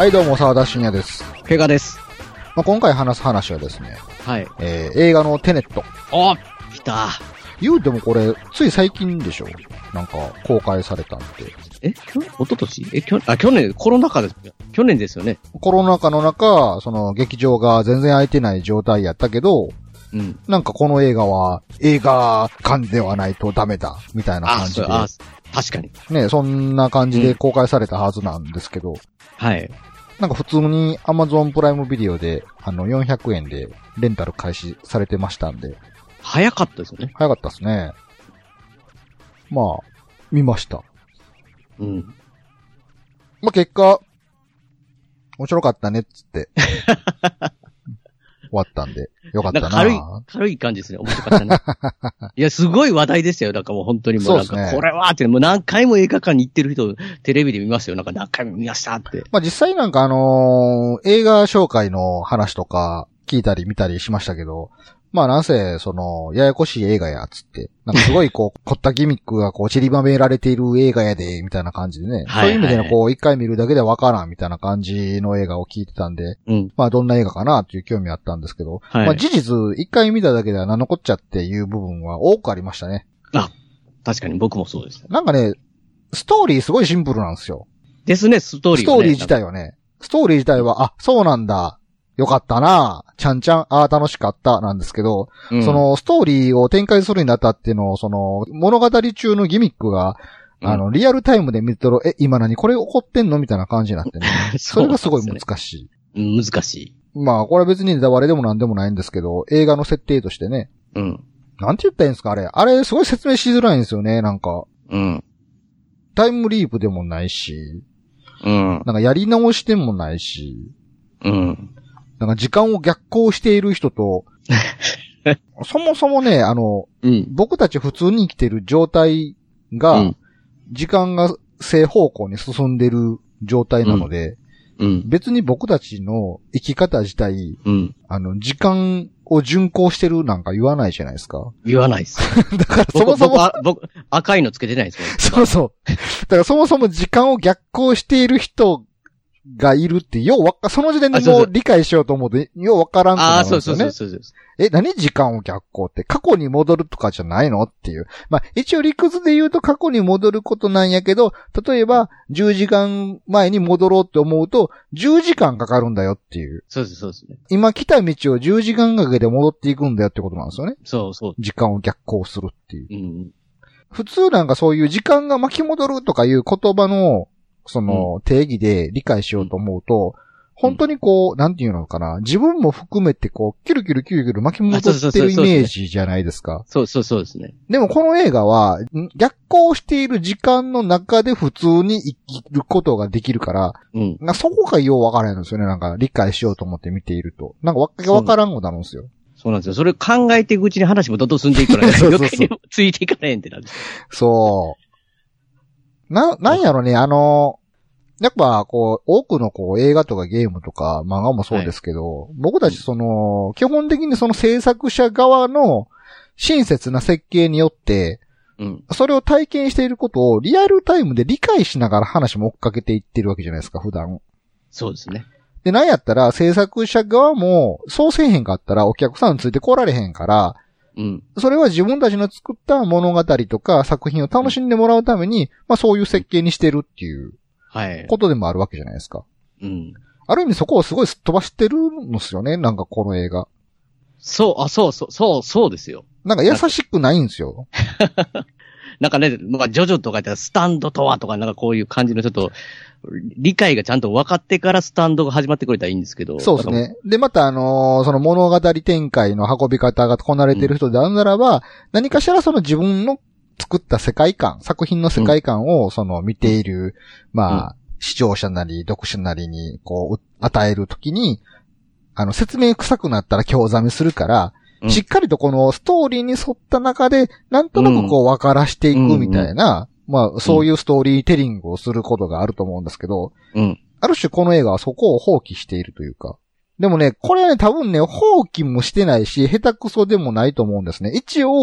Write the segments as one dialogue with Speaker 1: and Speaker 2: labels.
Speaker 1: はいどうも、沢田信也です。
Speaker 2: 怪我です。
Speaker 1: 今回話す話はですね、
Speaker 2: はい。
Speaker 1: 映画のテネット。
Speaker 2: お、来た。
Speaker 1: 言うてもこれ、つい最近でしょ？なんか、公開されたんで。
Speaker 2: 一昨年去年、コロナ禍です。去年ですよね。
Speaker 1: コロナ禍の中、その劇場が全然空いてない状態やったけど、
Speaker 2: うん。
Speaker 1: なんかこの映画は映画館ではないとダメだ、みたいな感じで。
Speaker 2: 確かに。
Speaker 1: ね、そんな感じで公開されたはずなんですけど。
Speaker 2: はい。
Speaker 1: なんか普通に Amazon プライムビデオで、400円でレンタル開始されてましたんで。
Speaker 2: 早かったですよね。
Speaker 1: 早かったですね。まあ、見ました。
Speaker 2: うん。
Speaker 1: 結果、面白かったねっつって。終わったんで、よかったな。
Speaker 2: 軽い感じですね。面白かったね。いや、すごい話題ですよ。だからもう本当にもうなんか、これはって、もう何回も映画館に行ってる人、テレビで見ますよ。なんか何回も見ましたって。
Speaker 1: 実際なんか映画紹介の話とか聞いたり見たりしましたけど、なんせ、ややこしい映画や、つって。なんかすごい凝ったギミックが散りばめられている映画やで、みたいな感じでね。はいはいはい、そういう意味で一回見るだけでわからん、みたいな感じの映画を聞いてたんで、
Speaker 2: うん、
Speaker 1: どんな映画かな、っていう興味あったんですけど、
Speaker 2: はい、
Speaker 1: 事実、一回見ただけでは何のこっちゃっていう部分は多くありましたね。
Speaker 2: あ、確かに僕もそうです。
Speaker 1: なんかね、ストーリーすごいシンプルなんですよ。
Speaker 2: ですね、ストーリー、
Speaker 1: ね。ストーリー自体はね。ストーリー自体は、そうなんだ。よかったなぁ。ちゃんちゃん、楽しかった、なんですけど、うん、ストーリーを展開するにあたっての、物語中のギミックが、リアルタイムで見ると、今何これ起こってんのみたいな感じになってね。それがすごい難し
Speaker 2: い。難しい。
Speaker 1: これは別にネタバレでもなんでもないんですけど、映画の設定としてね。
Speaker 2: うん。
Speaker 1: なんて言ったらいいんですか、あれ、すごい説明しづらいんですよね、なんか。
Speaker 2: うん。
Speaker 1: タイムリープでもないし。
Speaker 2: うん。
Speaker 1: なんかやり直してもないし。
Speaker 2: うん。
Speaker 1: なんか時間を逆行している人と、そもそもね、
Speaker 2: うん、
Speaker 1: 僕たち普通に生きてる状態が、時間が正方向に進んでる状態なので、別に僕たちの生き方自体、時間を巡行してるなんか言わないじゃないですか。
Speaker 2: 言わないです。
Speaker 1: だからそもそも
Speaker 2: 僕赤いのつけてないですよ。
Speaker 1: そうそう。だからそもそも時間を逆行している人がいるって、その時点でもう理解しようと思うと、ようわからんくなるんですよね。
Speaker 2: そう。
Speaker 1: 何時間を逆行って、過去に戻るとかじゃないのっていう。一応理屈で言うと過去に戻ることなんやけど、例えば、10時間前に戻ろうって思うと、10時間かかるんだよっていう。
Speaker 2: そうですね。
Speaker 1: 今来た道を10時間かけて戻っていくんだよってことなんですよね。
Speaker 2: そう。
Speaker 1: 時間を逆行するっていう。
Speaker 2: うん、
Speaker 1: 普通なんかそういう時間が巻き戻るとかいう言葉の、定義で理解しようと思うと、本当になんていうのかな、自分も含めてキュルキュル巻き戻ってるイメージじゃないですか。
Speaker 2: そうですね。
Speaker 1: でもこの映画は、逆行している時間の中で普通に生きることができるから、そこがようわからないんですよね。なんか理解しようと思って見ていると。なんかわからんことなるんですよ。
Speaker 2: そうなんですよ。それ考えていくうちに話もどんどん進んでいくから、余計についていかないんってなる。
Speaker 1: そう。なんやろね、やっぱ、多くの映画とかゲームとか漫画もそうですけど、僕たち基本的に制作者側の親切な設計によって、それを体験していることをリアルタイムで理解しながら話も追っかけていってるわけじゃないですか、普段。
Speaker 2: そうですね。
Speaker 1: で、なんやったら制作者側もそうせえへんかったらお客さんついて来られへんから、それは自分たちの作った物語とか作品を楽しんでもらうために、そういう設計にしてるっていうことでもあるわけじゃないですか。ある意味そこをすごいすっ飛ばしてるんですよね、なんかこの映画。
Speaker 2: そうですよ。
Speaker 1: なんか優しくないんですよ。
Speaker 2: なんかね、ジョジョとか言ったらスタンドとはとかなんかこういう感じのちょっと、理解がちゃんと分かってからスタンドが始まってくれたらいいんですけど。
Speaker 1: そうですね。で、また物語展開の運び方がこなれてる人であるならば、何かしら自分の作った世界観、作品の世界観を見ている、視聴者なり読者なりに与えるときに、説明臭くなったら興ざめするから、しっかりとこのストーリーに沿った中で、なんとなく分からしていくみたいな、そういうストーリーテリングをすることがあると思うんですけど、ある種この映画はそこを放棄しているというか。でもね、これはね、多分ね、放棄もしてないし、下手くそでもないと思うんですね。一応、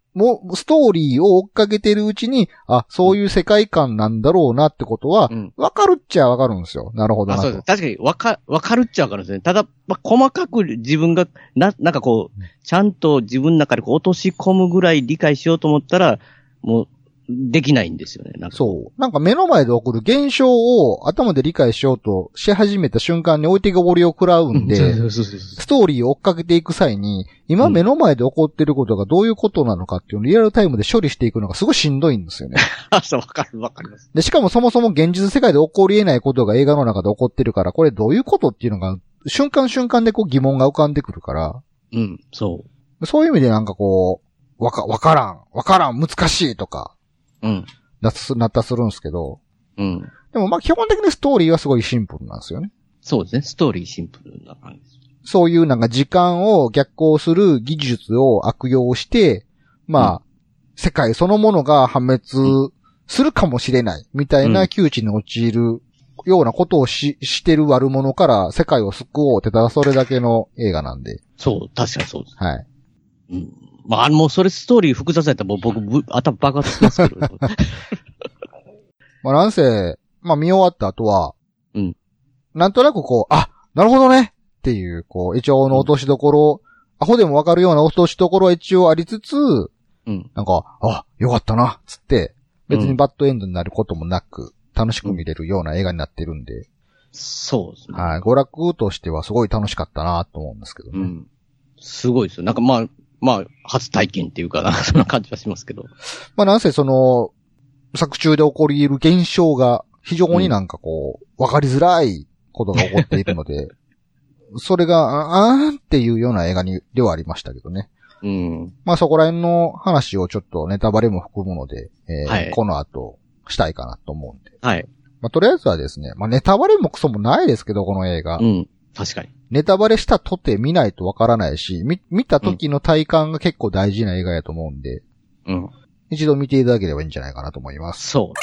Speaker 1: もう、ストーリーを追っかけてるうちに、あ、そういう世界観なんだろうなってことは、わかるっちゃわかるんですよ。なるほどなと。
Speaker 2: そうです。確かにわかるっちゃわかるんですね。ただ、細かく自分が、なんかこう、ちゃんと自分の中でこう落とし込むぐらい理解しようと思ったら、もう、できないんですよね。
Speaker 1: そう。なんか目の前で起こる現象を頭で理解しようとし始めた瞬間に置いてけぼりを食らうんで、ストーリーを追っかけていく際に、今目の前で起こっていることがどういうことなのかっていうのをリアルタイムで処理していくのがすごいしんどいんですよね。
Speaker 2: そう、わかります。
Speaker 1: で、しかもそもそも現実世界で起こり得ないことが映画の中で起こってるから、これどういうことっていうのが、瞬間瞬間でこう疑問が浮かんでくるから、
Speaker 2: そう。
Speaker 1: そういう意味でなんかこう、わからん、難しいとか、なったするんですけど。でもまあ基本的にストーリーはすごいシンプルなんですよね。
Speaker 2: そうですね。ストーリーシンプルな感じです。
Speaker 1: そういうなんか時間を逆行する技術を悪用して、まあ、世界そのものが破滅するかもしれないみたいな窮地に陥るようなことをしてる悪者から世界を救おうってただそれだけの映画なんで。
Speaker 2: そう、確かにそうです。
Speaker 1: はい。
Speaker 2: まあ、もうそれストーリー複雑やったらもう僕、頭爆発しますけど。
Speaker 1: まあなんせ、まあ見終わった後は、なんとなくこう、あ、なるほどねっていう、こう、一応の落としどころ、アホでもわかるような落としどころは一応ありつつ、なんか、あ、よかったな、つって、別にバッドエンドになることもなく、楽しく見れるような映画になってるんで。
Speaker 2: そうですね。
Speaker 1: はい。娯楽としてはすごい楽しかったなと思うんですけどね。
Speaker 2: すごいですよ。なんかまあ、初体験っていうかな、そんな感じはしますけど。
Speaker 1: まあなんせその、作中で起こり得る現象が非常になんかこう、わかりづらいことが起こっているので、それが、っていうような映画ではありましたけどね。まあそこら辺の話をちょっとネタバレも含むので、この後したいかなと思うんで。
Speaker 2: はい。
Speaker 1: まあとりあえずはですね、まあネタバレもクソもないですけど、この映画。
Speaker 2: 確かに。
Speaker 1: ネタバレしたとて見ないとわからないし、見た時の体感が結構大事な映画やと思うんで、一度見ていただければいいんじゃないかなと思います。
Speaker 2: そう。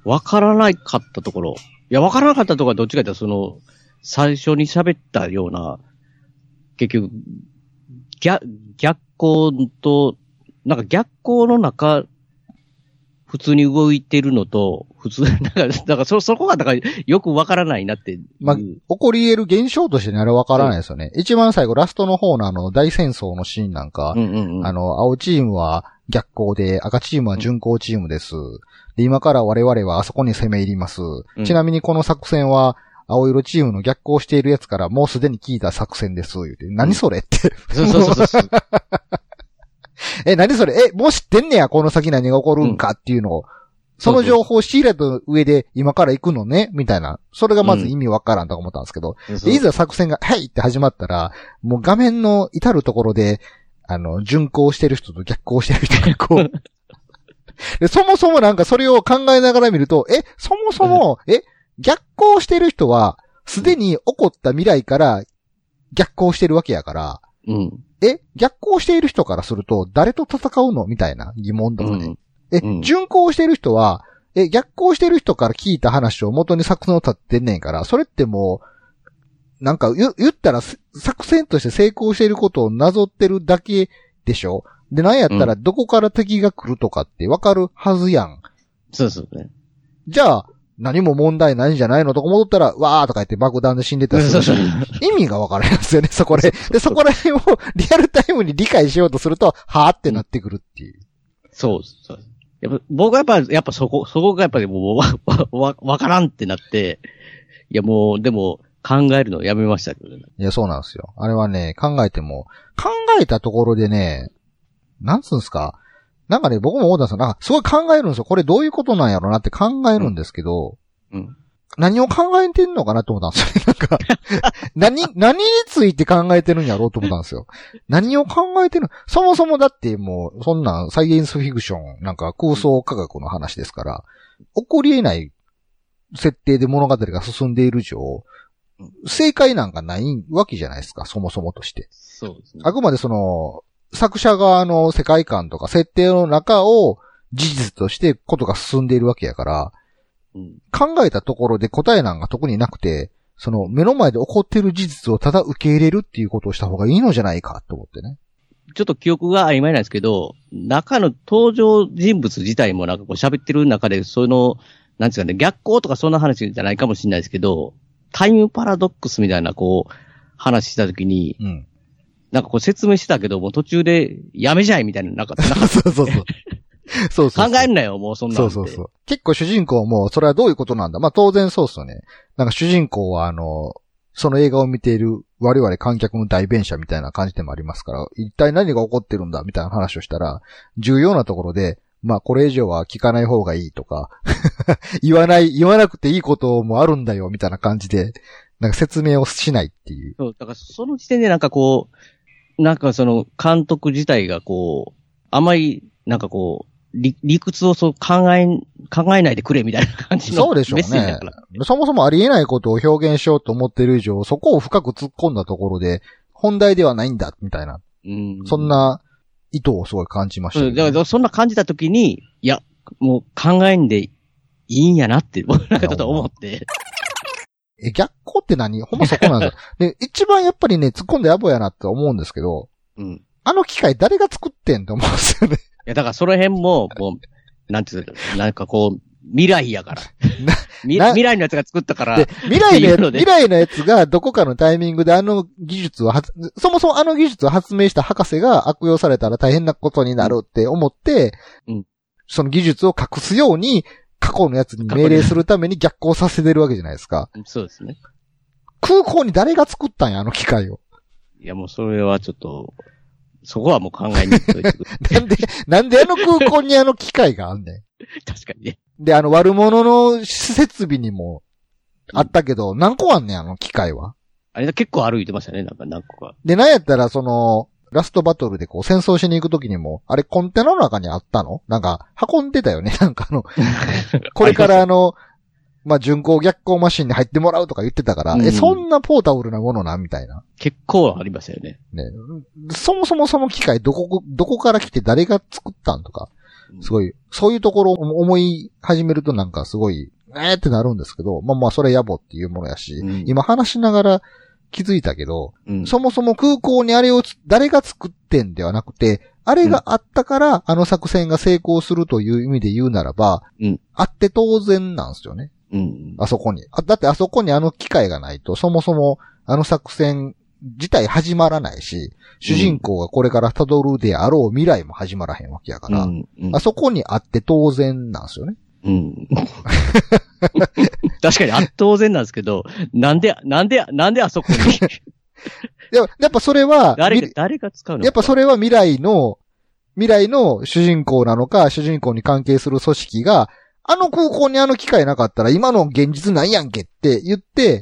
Speaker 2: わからなかったところ。いや、わからなかったところはどっちかというと、その、最初に喋ったような、結局、逆光と、なんか逆光の中、普通に動いてるのと、普通、だからそこが、だからよくわからないなって。
Speaker 1: まあ、起こり得る現象としてね、あれわからないですよね。一番最後、ラストの方の大戦争のシーンなんか、青チームは逆光で、赤チームは巡航チームです。で、今から我々はあそこに攻め入ります。ちなみにこの作戦は、青色チームの逆行しているやつからもうすでに聞いた作戦です。言うて、何それって。そう。何それもう知ってんねや、この先何が起こるんかっていうのを。その情報を仕入れた上で今から行くのねみたいな。それがまず意味わからんと思ったんですけど。いざ作戦が、はいって始まったら、もう画面の至るところで、巡航してる人と逆行してる人がこう。でそもそもなんかそれを考えながら見ると、そもそも、逆行してる人は、すでに起こった未来から逆行してるわけやから、逆行している人からすると、誰と戦うのみたいな疑問とかね。巡行してる人は、逆行してる人から聞いた話を元に作戦を立ってんねんから、それってもう、なんか言ったら作戦として成功していることをなぞってるだけでしょ。で、なんやったらどこから敵が来るとかってわかるはずやん。
Speaker 2: そうですね。
Speaker 1: じゃあ、何も問題ないんじゃないのとか戻ったら、わーとか言って爆弾で死んでたりするし、意味がわからないですよね、そこで。で、そこら辺をリアルタイムに理解しようとすると、はーってなってくるっていう。
Speaker 2: そうです。やっぱ僕はやっぱそこがやっぱりもうわからんってなって、いやもう、でも考えるのやめましたけどね。
Speaker 1: いや、そうなんですよ。あれはね、考えたところでね、なんつうんすか、なんかね、僕も思ったんですよ。なんか、すごい考えるんですよ。これどういうことなんやろなって考えるんですけど、何を考えてんのかなと思ったんですよね。なんか、何について考えてるんやろうと思ったんですよ。何を考えてるの？そもそもだってもう、そんなサイエンスフィクション、なんか空想科学の話ですから、起こり得ない設定で物語が進んでいる以上、正解なんかないわけじゃないですか、そもそもとして。
Speaker 2: そうですね。
Speaker 1: あくまでその、作者側の世界観とか設定の中を事実としてことが進んでいるわけやから、考えたところで答えなんか特になくて、その目の前で起こっている事実をただ受け入れるっていうことをした方がいいのじゃないかと思ってね。
Speaker 2: ちょっと記憶が曖昧なんですけど、中の登場人物自体もなんかこう喋ってる中で、なんですかね、逆光とかそんな話じゃないかもしれないですけど、タイムパラドックスみたいなこう、話したときに、うん、なんかこう説明してたけど、もう途中でやめじゃいみたいな、なんか
Speaker 1: そうそうそう。そうそう。
Speaker 2: 考えんなよ、もうそんなの。
Speaker 1: そうそうそう。結構主人公も、それはどういうことなんだ。まあ当然そうっすよね。なんか主人公はその映画を見ている我々観客の代弁者みたいな感じでもありますから、一体何が起こってるんだみたいな話をしたら、重要なところで、まあこれ以上は聞かない方がいいとか、言わなくていいこともあるんだよみたいな感じで、なんか説明をしないっていう。
Speaker 2: そう、だからその時点でなんかこう、なんかその監督自体がこう、あまりなんかこう、理屈を考えないでくれみたいな感じの。
Speaker 1: そうでしょうね。そもそもありえないことを表現しようと思ってる以上、そこを深く突っ込んだところで、本題ではないんだ、みたいな。そんな意図をすごい感じました、ね。
Speaker 2: だからそんな感じたときに、いや、もう考えんでいいんやなって、僕なんかちょっと思って。
Speaker 1: 逆光って何？ほんまそこなんですよ。で、一番やっぱりね、突っ込んだ野暮やなって思うんですけど、あの機械誰が作ってんと思うんですよね。
Speaker 2: いや、だからその辺も、もう、なんていうの、なんかこう、未来やから。未来のやつが作ったから。
Speaker 1: で、未来のやつがどこかのタイミングであの技術をそもそもあの技術を発明した博士が悪用されたら大変なことになるって思って、その技術を隠すように過去のやつに命令するために逆行させてるわけじゃないですか。
Speaker 2: そうですね。
Speaker 1: 空港に誰が作ったんや、あの機械を。
Speaker 2: いや、もうそれはちょっと、そこはもう考えにくい。
Speaker 1: なんであの空港にあの機械があんねん。
Speaker 2: 確かにね。
Speaker 1: で、悪者の設備にもあったけど、何個あんねん、あの機械は。
Speaker 2: あれ結構歩いてましたね、なんか何個か。
Speaker 1: で、なんやったらラストバトルでこう戦争しに行くときにも、あれコンテナの中にあったの？なんか運んでたよね、なんかこれからまあ、巡航逆行マシンに入ってもらうとか言ってたから、そんなポータブルなものなみたいな。
Speaker 2: 結構ありましたよね。
Speaker 1: ね。そもそもその機械どこから来て誰が作ったんとか、すごい、そういうところを思い始めるとなんかすごい、ってなるんですけど、まあまあそれ野暮っていうものやし、今話しながら気づいたけど、そもそも空港にあれを誰が作ってんではなくて、あれがあったからあの作戦が成功するという意味で言うならば、あって当然なんですよね。あそこに。だってあそこにあの機械がないと、そもそもあの作戦自体始まらないし、主人公がこれから辿るであろう未来も始まらへんわけやから、あそこにあって当然なんですよね。
Speaker 2: 確かに当然なんですけど、なんであそこに。
Speaker 1: やっぱそれは、
Speaker 2: 誰が使うの？
Speaker 1: やっぱそれは未来の主人公なのか、主人公に関係する組織が、あの空港にあの機械なかったら今の現実ないやんけって言って、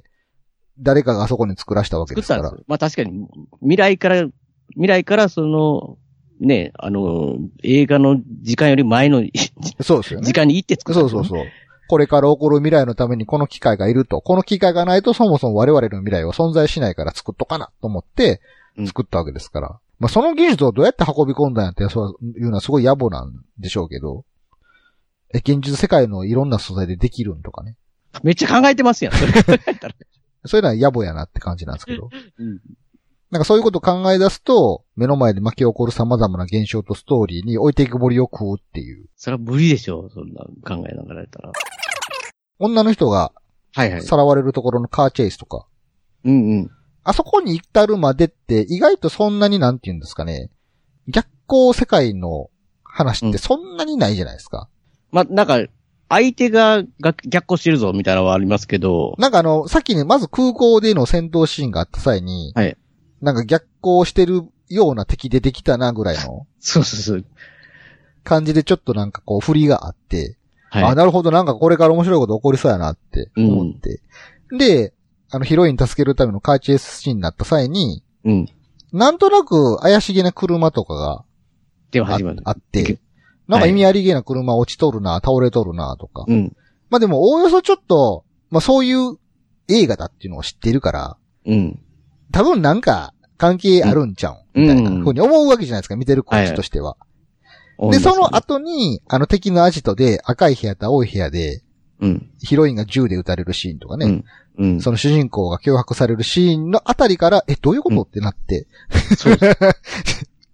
Speaker 1: 誰かがあそこに作らしたわけですから。
Speaker 2: 作ったんですよ。まあ確かに、未来からね、映画の時間より前の
Speaker 1: そうですよね。
Speaker 2: 時間に行って作った、ね。
Speaker 1: そう。これから起こる未来のためにこの機械がいると。この機械がないとそもそも我々の未来は存在しないから作っとかなと思って作ったわけですから。まあその技術をどうやって運び込んだんやってそういうのはすごい野暮なんでしょうけど。現実世界のいろんな素材でできるんとかね。
Speaker 2: めっちゃ考えてますやん、それ。
Speaker 1: そういうのは野暮やなって感じなんですけど。なんかそういうことを考え出すと、目の前で巻き起こる様々な現象とストーリーに置いていくぼりを食うっていう。
Speaker 2: それは無理でしょ、そんな考えながらやったら。
Speaker 1: 女の人が、さらわれるところのカーチェイスとか。あそこに至るまでって意外とそんなになんて言うんですかね。逆光世界の話ってそんなにないじゃないですか。
Speaker 2: ま、なんか、相手が逆行してるぞみたいなのはありますけど。
Speaker 1: なんかさっきね、まず空港での戦闘シーンがあった際に、なんか逆行してるような敵出てきたなぐらいの。
Speaker 2: そう
Speaker 1: 感じでちょっとなんかこう振りがあって、なるほどなんかこれから面白いこと起こりそうやなって思って。で、ヒロイン助けるためのカーチェイスシーンになった際に、なんとなく怪しげな車とかがあって、なんか意味ありげな車落ちとるな、倒れとるな、とか。まあでも、おおよそちょっと、まあそういう映画だっていうのを知っているから、多分なんか関係あるんちゃうんみたいな風に思うわけじゃないですか、見てるこっちとしては。で、その後に、敵のアジトで赤い部屋と青い部屋で、ヒロインが銃で撃たれるシーンとかね、その主人公が脅迫されるシーンのあたりから、どういうことってなって。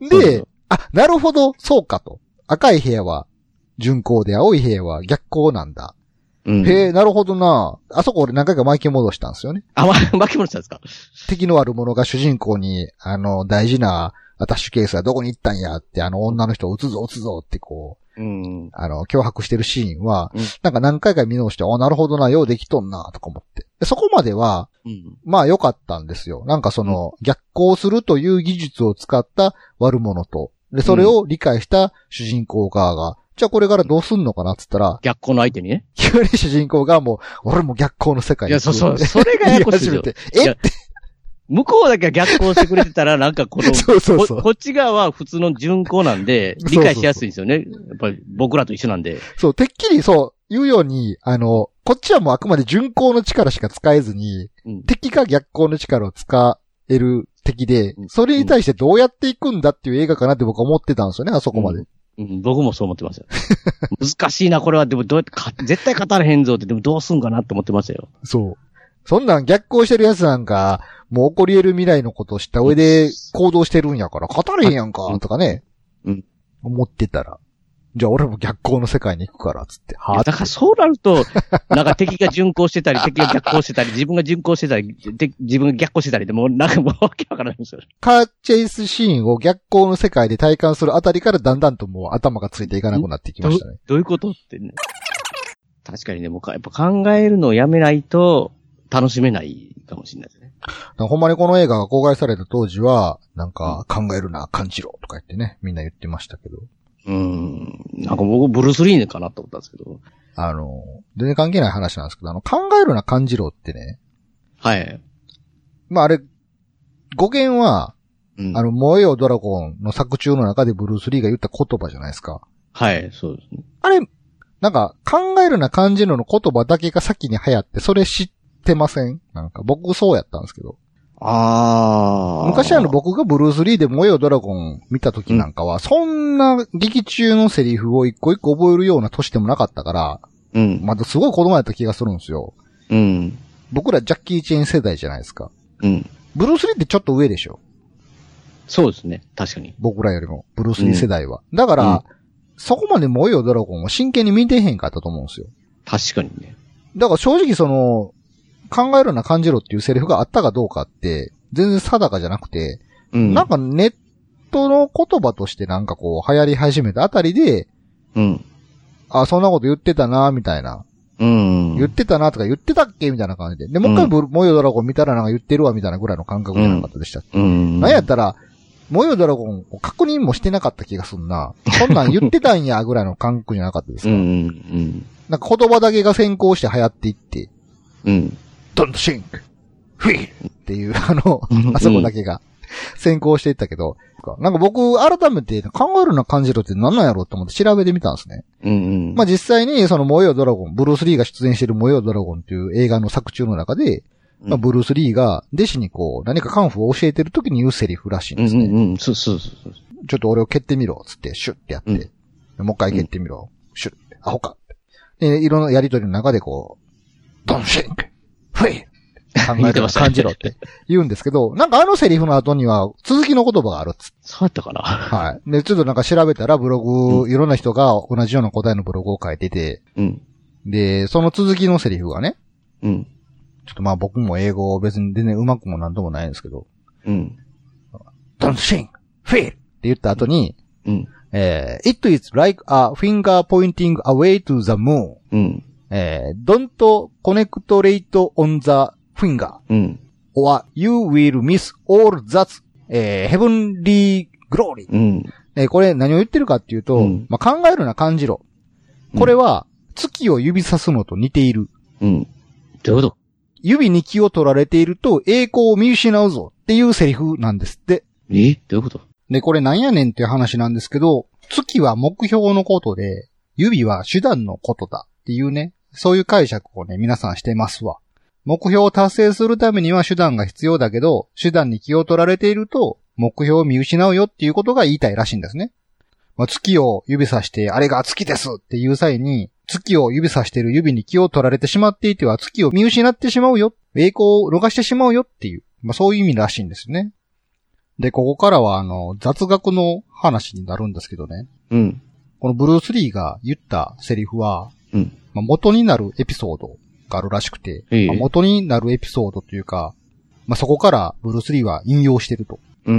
Speaker 1: で、なるほど、そうかと。赤い部屋は順光で青い部屋は逆光なんだ。へえ、なるほどな。あそこ俺何回か巻き戻したんですよね。
Speaker 2: 巻き戻したんですか？
Speaker 1: 敵のある者が主人公に、大事なアタッシュケースはどこに行ったんやって、女の人を撃つぞってこう、脅迫してるシーンは、なんか何回か見直して、なるほどな、ようできとんな、とか思って。でそこまでは、まあ良かったんですよ。なんか逆行するという技術を使った悪者と、で、それを理解した主人公側が、じゃあこれからどうすんのかなって言ったら、
Speaker 2: 逆光の相手にね。
Speaker 1: 急に主人公がもう、俺も逆光の世界に。
Speaker 2: いや、それがややこしいよ。向こうだけは逆光してくれてたら、なんかこっち側は普通の順光なんで、理解しやすいんですよね。やっぱり僕らと一緒なんで。
Speaker 1: そう、てっきり言うように、こっちはもうあくまで順光の力しか使えずに、敵が逆光の力を使える敵で、それに対してどうやっていくんだっていう映画かなって僕は思ってたんですよね、あそこまで。
Speaker 2: 僕もそう思ってますよ。難しいな、これは。でもどうやって絶対語れへんぞって、でもどうすんかなって思ってましたよ。
Speaker 1: そう。そんなん逆行してるやつなんか、もう起こり得る未来のことを知った上で行動してるんやから語れへんやんか、とかね。思ってたら。じゃあ俺も逆行の世界に行くから、つって。
Speaker 2: だからそうなると、なんか敵が順行してたり、敵が逆行してたり、自分が順行してたり、自分が逆行してたりで、もうなんかもうわけわからないんですよ。
Speaker 1: カーチェイスシーンを逆行の世界で体感するあたりからだんだんともう頭がついていかなくなってきましたね。
Speaker 2: どういうことってね。確かにね、もうやっぱ考えるのをやめないと楽しめないかもしれないですね。
Speaker 1: ほんまにこの映画が公開された当時は、なんか考えるな、感じろとか言ってね、みんな言ってましたけど。
Speaker 2: なんか僕、ブルース・リーかなと思ったんですけど。
Speaker 1: 全然関係ない話なんですけど、考えるな、感じろってね。
Speaker 2: はい。
Speaker 1: まああれ、語源は、燃えよドラゴンの作中の中でブルース・リーが言った言葉じゃないですか。
Speaker 2: はい、そうですね。
Speaker 1: あれ、なんか、考えるな、感じろの言葉だけが先に流行って、それ知ってません？なんか、僕そうやったんですけど。昔僕がブルース・リーで燃えよドラゴン見た時なんかは、そんな劇中のセリフを一個一個覚えるような年でもなかったから、まだすごい子供やった気がするんですよ。僕らジャッキー・チェーン世代じゃないですか。ブルース・リーってちょっと上でしょ。
Speaker 2: そうですね。確かに。
Speaker 1: 僕らよりも、ブルース・リー世代は。だから、そこまで燃えよドラゴンを真剣に見てへんかったと思うんですよ。
Speaker 2: 確かにね。
Speaker 1: だから正直考えるな感じろっていうセリフがあったかどうかって、全然定かじゃなくて、なんかネットの言葉としてなんかこう流行り始めたあたりで、そんなこと言ってたなみたいな。言ってたなとか言ってたっけみたいな感じで。で、もう一回燃えよドラゴン見たらなんか言ってるわみたいなぐらいの感覚じゃなかったでしたっけ。なんやったら、燃えよドラゴンを確認もしてなかった気がすんな。そんなん言ってたんやぐらいの感覚じゃなかったですか。なんか言葉だけが先行して流行っていって、Don't think, feel っていうあそこだけが先行していったけど、なんか僕改めて考えるな感じろって何なんやろうと思って調べてみたんですね。まあ実際に燃えよドラゴン、ブルース・リーが出演している燃えよドラゴンっていう映画の作中の中で、まあブルース・リーが弟子にこう何かカンフーを教えてる時に言うセリフらしいんですね。
Speaker 2: そう。
Speaker 1: ちょっと俺を蹴ってみろつってシュッてやって、もう一回蹴ってみろ、シュッて、アホかって。で、いろんなやりとりの中でこう、Don't think, feel考えて感じろって言うんですけど、なんかセリフの後には続きの言葉があるっつって。
Speaker 2: そうやったかな。
Speaker 1: はい。で、ちょっとなんか調べたらブログ、いろんな人が同じような答えのブログを書いてて、で、その続きのセリフがね、ちょっとまあ僕も英語別に全然上手くもなんともないんですけど、Don't think, feel って言った後に、It is like a finger pointing away to the moon. Don't connectrate on the finger. Or you will miss all that, heavenly glory. これ何を言ってるかっていうと、まあ、考えるな感じろ。これは月を指さすのと似ている。
Speaker 2: どういうこと？
Speaker 1: 指に気を取られていると栄光を見失うぞっていうセリフなんですって。
Speaker 2: どういうこと？
Speaker 1: で、これなんやねんっていう話なんですけど、月は目標のことで、指は手段のことだっていうね、そういう解釈をね、皆さんしてますわ。目標を達成するためには手段が必要だけど、手段に気を取られていると、目標を見失うよっていうことが言いたいらしいんですね。まあ、月を指さして、あれが月ですっていう際に、月を指さしている指に気を取られてしまっていては月を見失ってしまうよ。栄光を逃してしまうよっていう、まあそういう意味らしいんですね。 で、ここからは雑学の話になるんですけどね。
Speaker 2: うん。
Speaker 1: このブルース・リーが言ったセリフは、
Speaker 2: うん。
Speaker 1: まあ、元になるエピソードがあるらしくて、まあ、元になるエピソードというか、まあ、そこからブルース・リーは引用してると。
Speaker 2: うんうん。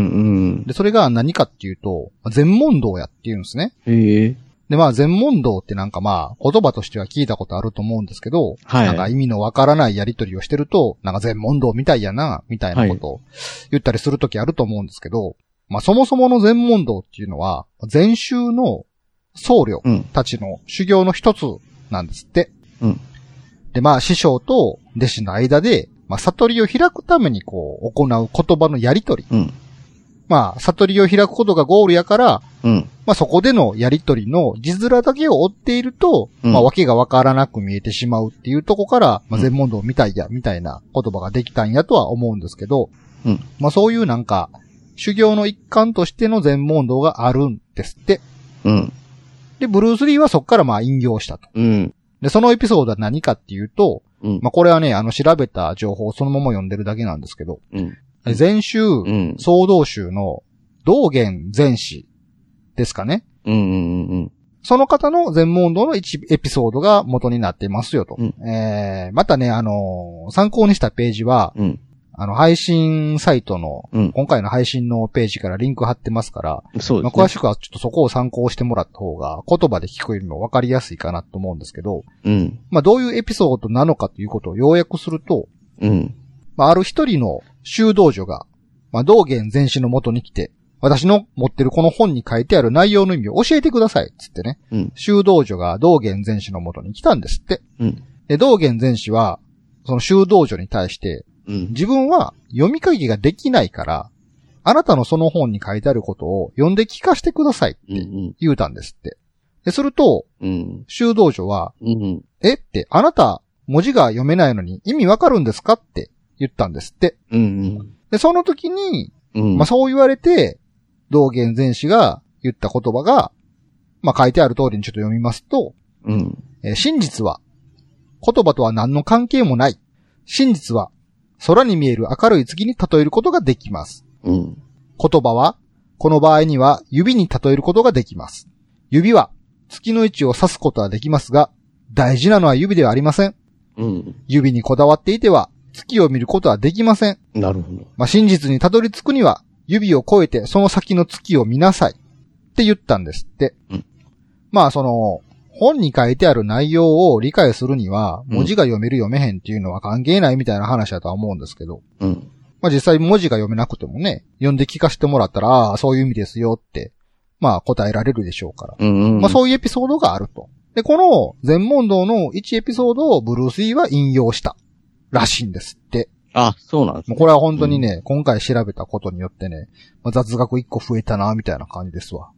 Speaker 1: で、それが何かっていうと、全問答やって言うんですね。
Speaker 2: で、
Speaker 1: まあ、全問答ってなんかまあ、言葉としては聞いたことあると思うんですけど、
Speaker 2: はい。
Speaker 1: なんか意味のわからないやりとりをしてると、なんか全問答みたいやな、みたいなことを言ったりするときあると思うんですけど、まあ、そもそもの全問答っていうのは、禅宗の僧侶たちの修行の一つなんですって。
Speaker 2: うん。
Speaker 1: で、まあ、師匠と弟子の間で、まあ、悟りを開くためにこう、行う言葉のやりとり。
Speaker 2: うん。
Speaker 1: まあ、悟りを開くことがゴールやから、
Speaker 2: うん。
Speaker 1: まあ、そこでのやりとりの字面だけを追っていると、
Speaker 2: うん、
Speaker 1: まあ、わけがわからなく見えてしまうっていうとこから、まあ、全問答みたいや、みたいな言葉ができたんやとは思うんですけど、
Speaker 2: うん。
Speaker 1: まあ、そういうなんか、修行の一環としての全問答があるんですって。
Speaker 2: うん。
Speaker 1: で、ブルース・リーはそこからまあ引用したと。
Speaker 2: うん。
Speaker 1: で、そのエピソードは何かっていうと、
Speaker 2: うん、
Speaker 1: まあ、これはね、調べた情報をそのまま読んでるだけなんですけど、
Speaker 2: うん。
Speaker 1: 禅宗、総道宗の道元禅師ですかね。
Speaker 2: うんうんうん。
Speaker 1: その方の全問答の1エピソードが元になってますよと。
Speaker 2: うん、
Speaker 1: またね、参考にしたページは、
Speaker 2: うん、
Speaker 1: 配信サイトの、今回の配信のページからリンク貼ってますから、
Speaker 2: そうですね。
Speaker 1: まあ、詳しくはちょっとそこを参考してもらった方が、言葉で聞くよりも分かりやすいかなと思うんですけど、
Speaker 2: うん。
Speaker 1: まあ、どういうエピソードなのかということを要約すると、
Speaker 2: うん。
Speaker 1: まあ、ある一人の修道女が、まあ、道元禅師の元に来て、私の持ってるこの本に書いてある内容の意味を教えてください、つってね。
Speaker 2: うん。
Speaker 1: 修道女が道元禅師の元に来たんですって。
Speaker 2: うん。
Speaker 1: で、道元禅師は、その修道女に対して、
Speaker 2: うん、
Speaker 1: 自分は読み書きができないから、あなたのその本に書いてあることを読んで聞かせてくださいって言うたんですって。で、すると、修道女は、えって、あなた文字が読めないのに意味わかるんですかって言ったんですって。で、その時に、まあそう言われて、道元禅師が言った言葉が、まあ書いてある通りにちょっと読みますと、真実は、言葉とは何の関係もない。真実は、空に見える明るい月に例えることができます。言葉は、この場合には指に例えることができます。指は月の位置を指すことはできますが、大事なのは指ではありません。指にこだわっていては月を見ることはできません。
Speaker 2: なるほど。
Speaker 1: まあ、真実にたどり着くには指を越えてその先の月を見なさいって言ったんですって。まあその本に書いてある内容を理解するには文字が読める読めへんっていうのは関係ないみたいな話だとは思うんですけど。まあ実際文字が読めなくてもね、読んで聞かせてもらったら、ああ、そういう意味ですよって、まあ答えられるでしょうから。まあそういうエピソードがあると。で、この全問答の1エピソードをブルース・リーは引用したらしいんですって。
Speaker 2: あ、そうなんですね。
Speaker 1: もうこれは本当にね、今回調べたことによってね、まあ、雑学1個増えたな、みたいな感じですわ。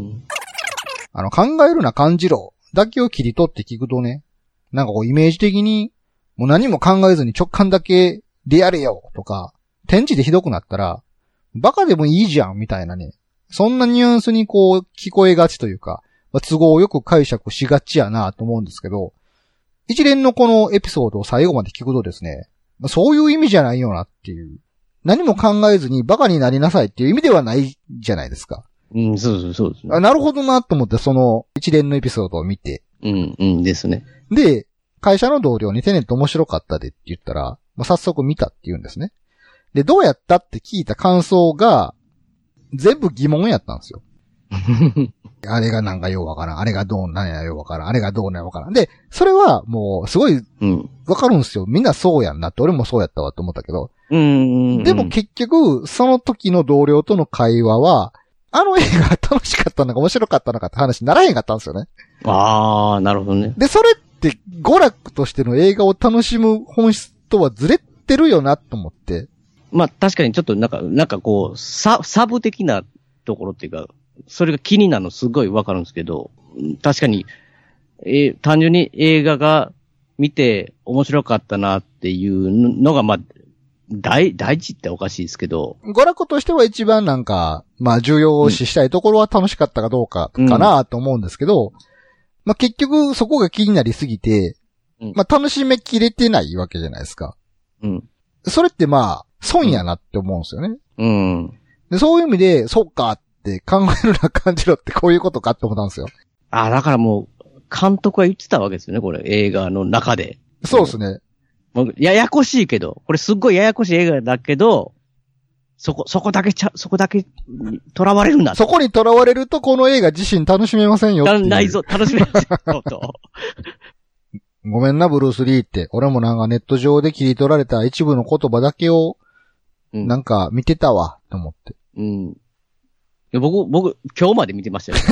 Speaker 1: 考えるな感じろだけを切り取って聞くとね、なんかこうイメージ的に、もう何も考えずに直感だけでやれよとか、天地でひどくなったら、バカでもいいじゃんみたいなね。そんなニュアンスにこう聞こえがちというか、都合をよく解釈しがちやなと思うんですけど、一連のこのエピソードを最後まで聞くとですね、そういう意味じゃないよなっていう。何も考えずにバカになりなさいっていう意味ではないじゃないですか。
Speaker 2: そうですね。
Speaker 1: なるほどなと思ってその一連のエピソードを見て。
Speaker 2: ですね。
Speaker 1: で、会社の同僚にテネット面白かったでって言ったら、早速見たって言うんですね。で、どうやったって聞いた感想が、全部疑問やったんですよ。あれがなんかようわからん。あれがどうなんやようわからん。あれがどうなんやわからん。で、それはもうすごいわかるんですよ。みんなそうやんなって、俺もそうやったわと思ったけど。でも結局、その時の同僚との会話は、あの映画楽しかったのか面白かったのかって話にならへんかったんですよね。
Speaker 2: ああ、なるほどね。
Speaker 1: で、それって娯楽としての映画を楽しむ本質とはずれてるよなと思って。
Speaker 2: まあ確かにちょっとなんかこう、サブ的なところっていうか、それが気になるのすごいわかるんですけど、確かに、単純に映画が見て面白かったなっていうのが、まあ、大事っておかしいですけど。
Speaker 1: 娯楽としては一番なんか、まあ重要視したいところは楽しかったかどうかかなと思うんですけど、まあ結局そこが気になりすぎて、まあ楽しめきれてないわけじゃないですか。それってまあ、損やなって思うんですよね。 で、そういう意味で、そっかって考えるな感じろってこういうことかって思ったんですよ。
Speaker 2: だからもう、監督は言ってたわけですよね、これ、映画の中で。
Speaker 1: そうですね。
Speaker 2: もうややこしいけど、これすっごいややこしい映画だけど、そこだけ囚われるんだ。
Speaker 1: そこに囚われるとこの映画自身楽しめませんよっていう。
Speaker 2: ないぞ、楽しめませんよと。
Speaker 1: ごめんな、ブルース・リーって。俺もなんかネット上で切り取られた一部の言葉だけを、なんか見てたわ、と思って。
Speaker 2: うん。いや僕、今日まで見てましたよ。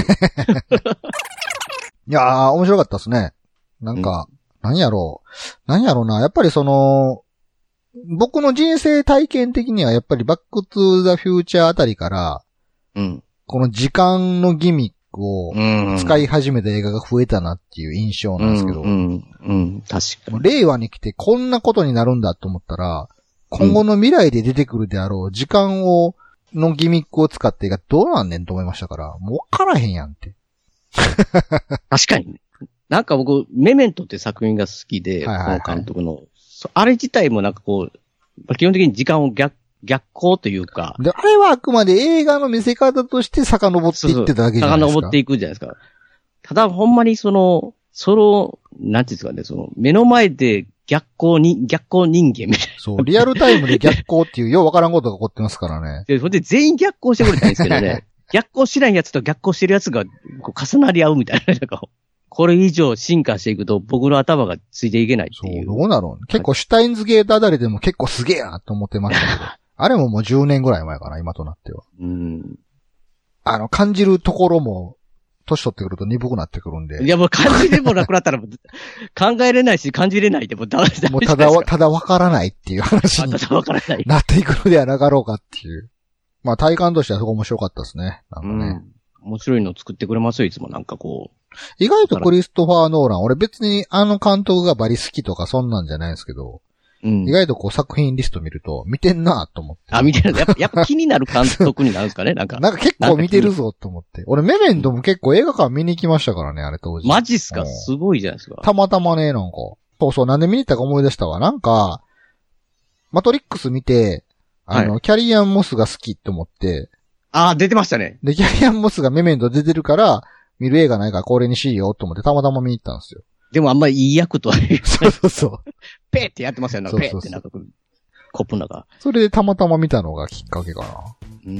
Speaker 1: いやー、面白かったですね。なんか、何やろうな。やっぱり僕の人生体験的にはやっぱりバックトゥーザフューチャーあたりから、この時間のギミックを使い始めた映画が増えたなっていう印象なんですけど、
Speaker 2: 確かに。
Speaker 1: 令和に来てこんなことになるんだと思ったら、今後の未来で出てくるであろう時間のギミックを使って映画どうなんねんと思いましたから、もうわからへんやんって。
Speaker 2: 確かに。なんか僕、メメントって作品が好きで、この監督の。あれ自体もなんかこう、基本的に時間を逆行というか。
Speaker 1: で、あれはあくまで映画の見せ方として遡っていってただけじゃないですか。
Speaker 2: 遡っていくじゃないですか。ただ、ほんまになんていうんですかね、目の前で逆行人間みたいな。
Speaker 1: そう、リアルタイムで逆行っていうようわからんことが起こってますからね。
Speaker 2: で、それで全員逆行してくれたんですけどね。逆行しないやつと逆行してるやつがこう重なり合うみたいな。なんかこれ以上進化していくと僕の頭がついていけないっていう。
Speaker 1: そう、どうなるの？結構シュタインズゲートあたりでも結構すげえなと思ってましたけど。あれももう10年ぐらい前かな、今となっては。感じるところも、年取ってくると鈍くなってくるんで。
Speaker 2: いやもう感じれもなくなったら考えれないし感じれないでもうた
Speaker 1: だわからないっていう話になっていくのではなかろうかっていう。まあ体感としてはすごい面白かったですね。なんかね。
Speaker 2: 面白いの作ってくれますよ、いつもなんかこう。
Speaker 1: 意外とクリストファー・ノーラン、俺別に監督がバリ好きとかそんなんじゃないんですけど、意外とこう作品リスト見ると見てんなと思って。
Speaker 2: 見てる。やっぱ気になる監督になるんですかね、なんか。
Speaker 1: なんか結構見てるぞと思って。俺メメントも結構映画館見に行きましたからね、あれ当時。
Speaker 2: マジっすか？すごいじゃないですか。
Speaker 1: たまたまね、なんか。そう、なんで見に行ったか思い出したわ。なんか、マトリックス見て、キャリアン・モスが好きって思って。
Speaker 2: 出てましたね。
Speaker 1: で、キャリアン・モスがメメント出てるから、見る映画ないからこれにしようと思ってたまたま見に行ったんですよ。
Speaker 2: でもあんまりいい役とは言う。
Speaker 1: そう。
Speaker 2: ペーってやってますよね。ペーってなんかコップの中。
Speaker 1: それでたまたま見たのがきっかけかな。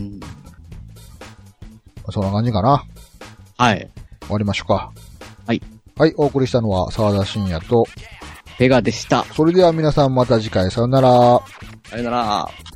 Speaker 1: そんな感じかな。
Speaker 2: はい。
Speaker 1: 終わりましょうか。
Speaker 2: はい。
Speaker 1: はい、お送りしたのは沢田信也と
Speaker 2: ペガでした。
Speaker 1: それでは皆さんまた次回さよなら。
Speaker 2: さよなら。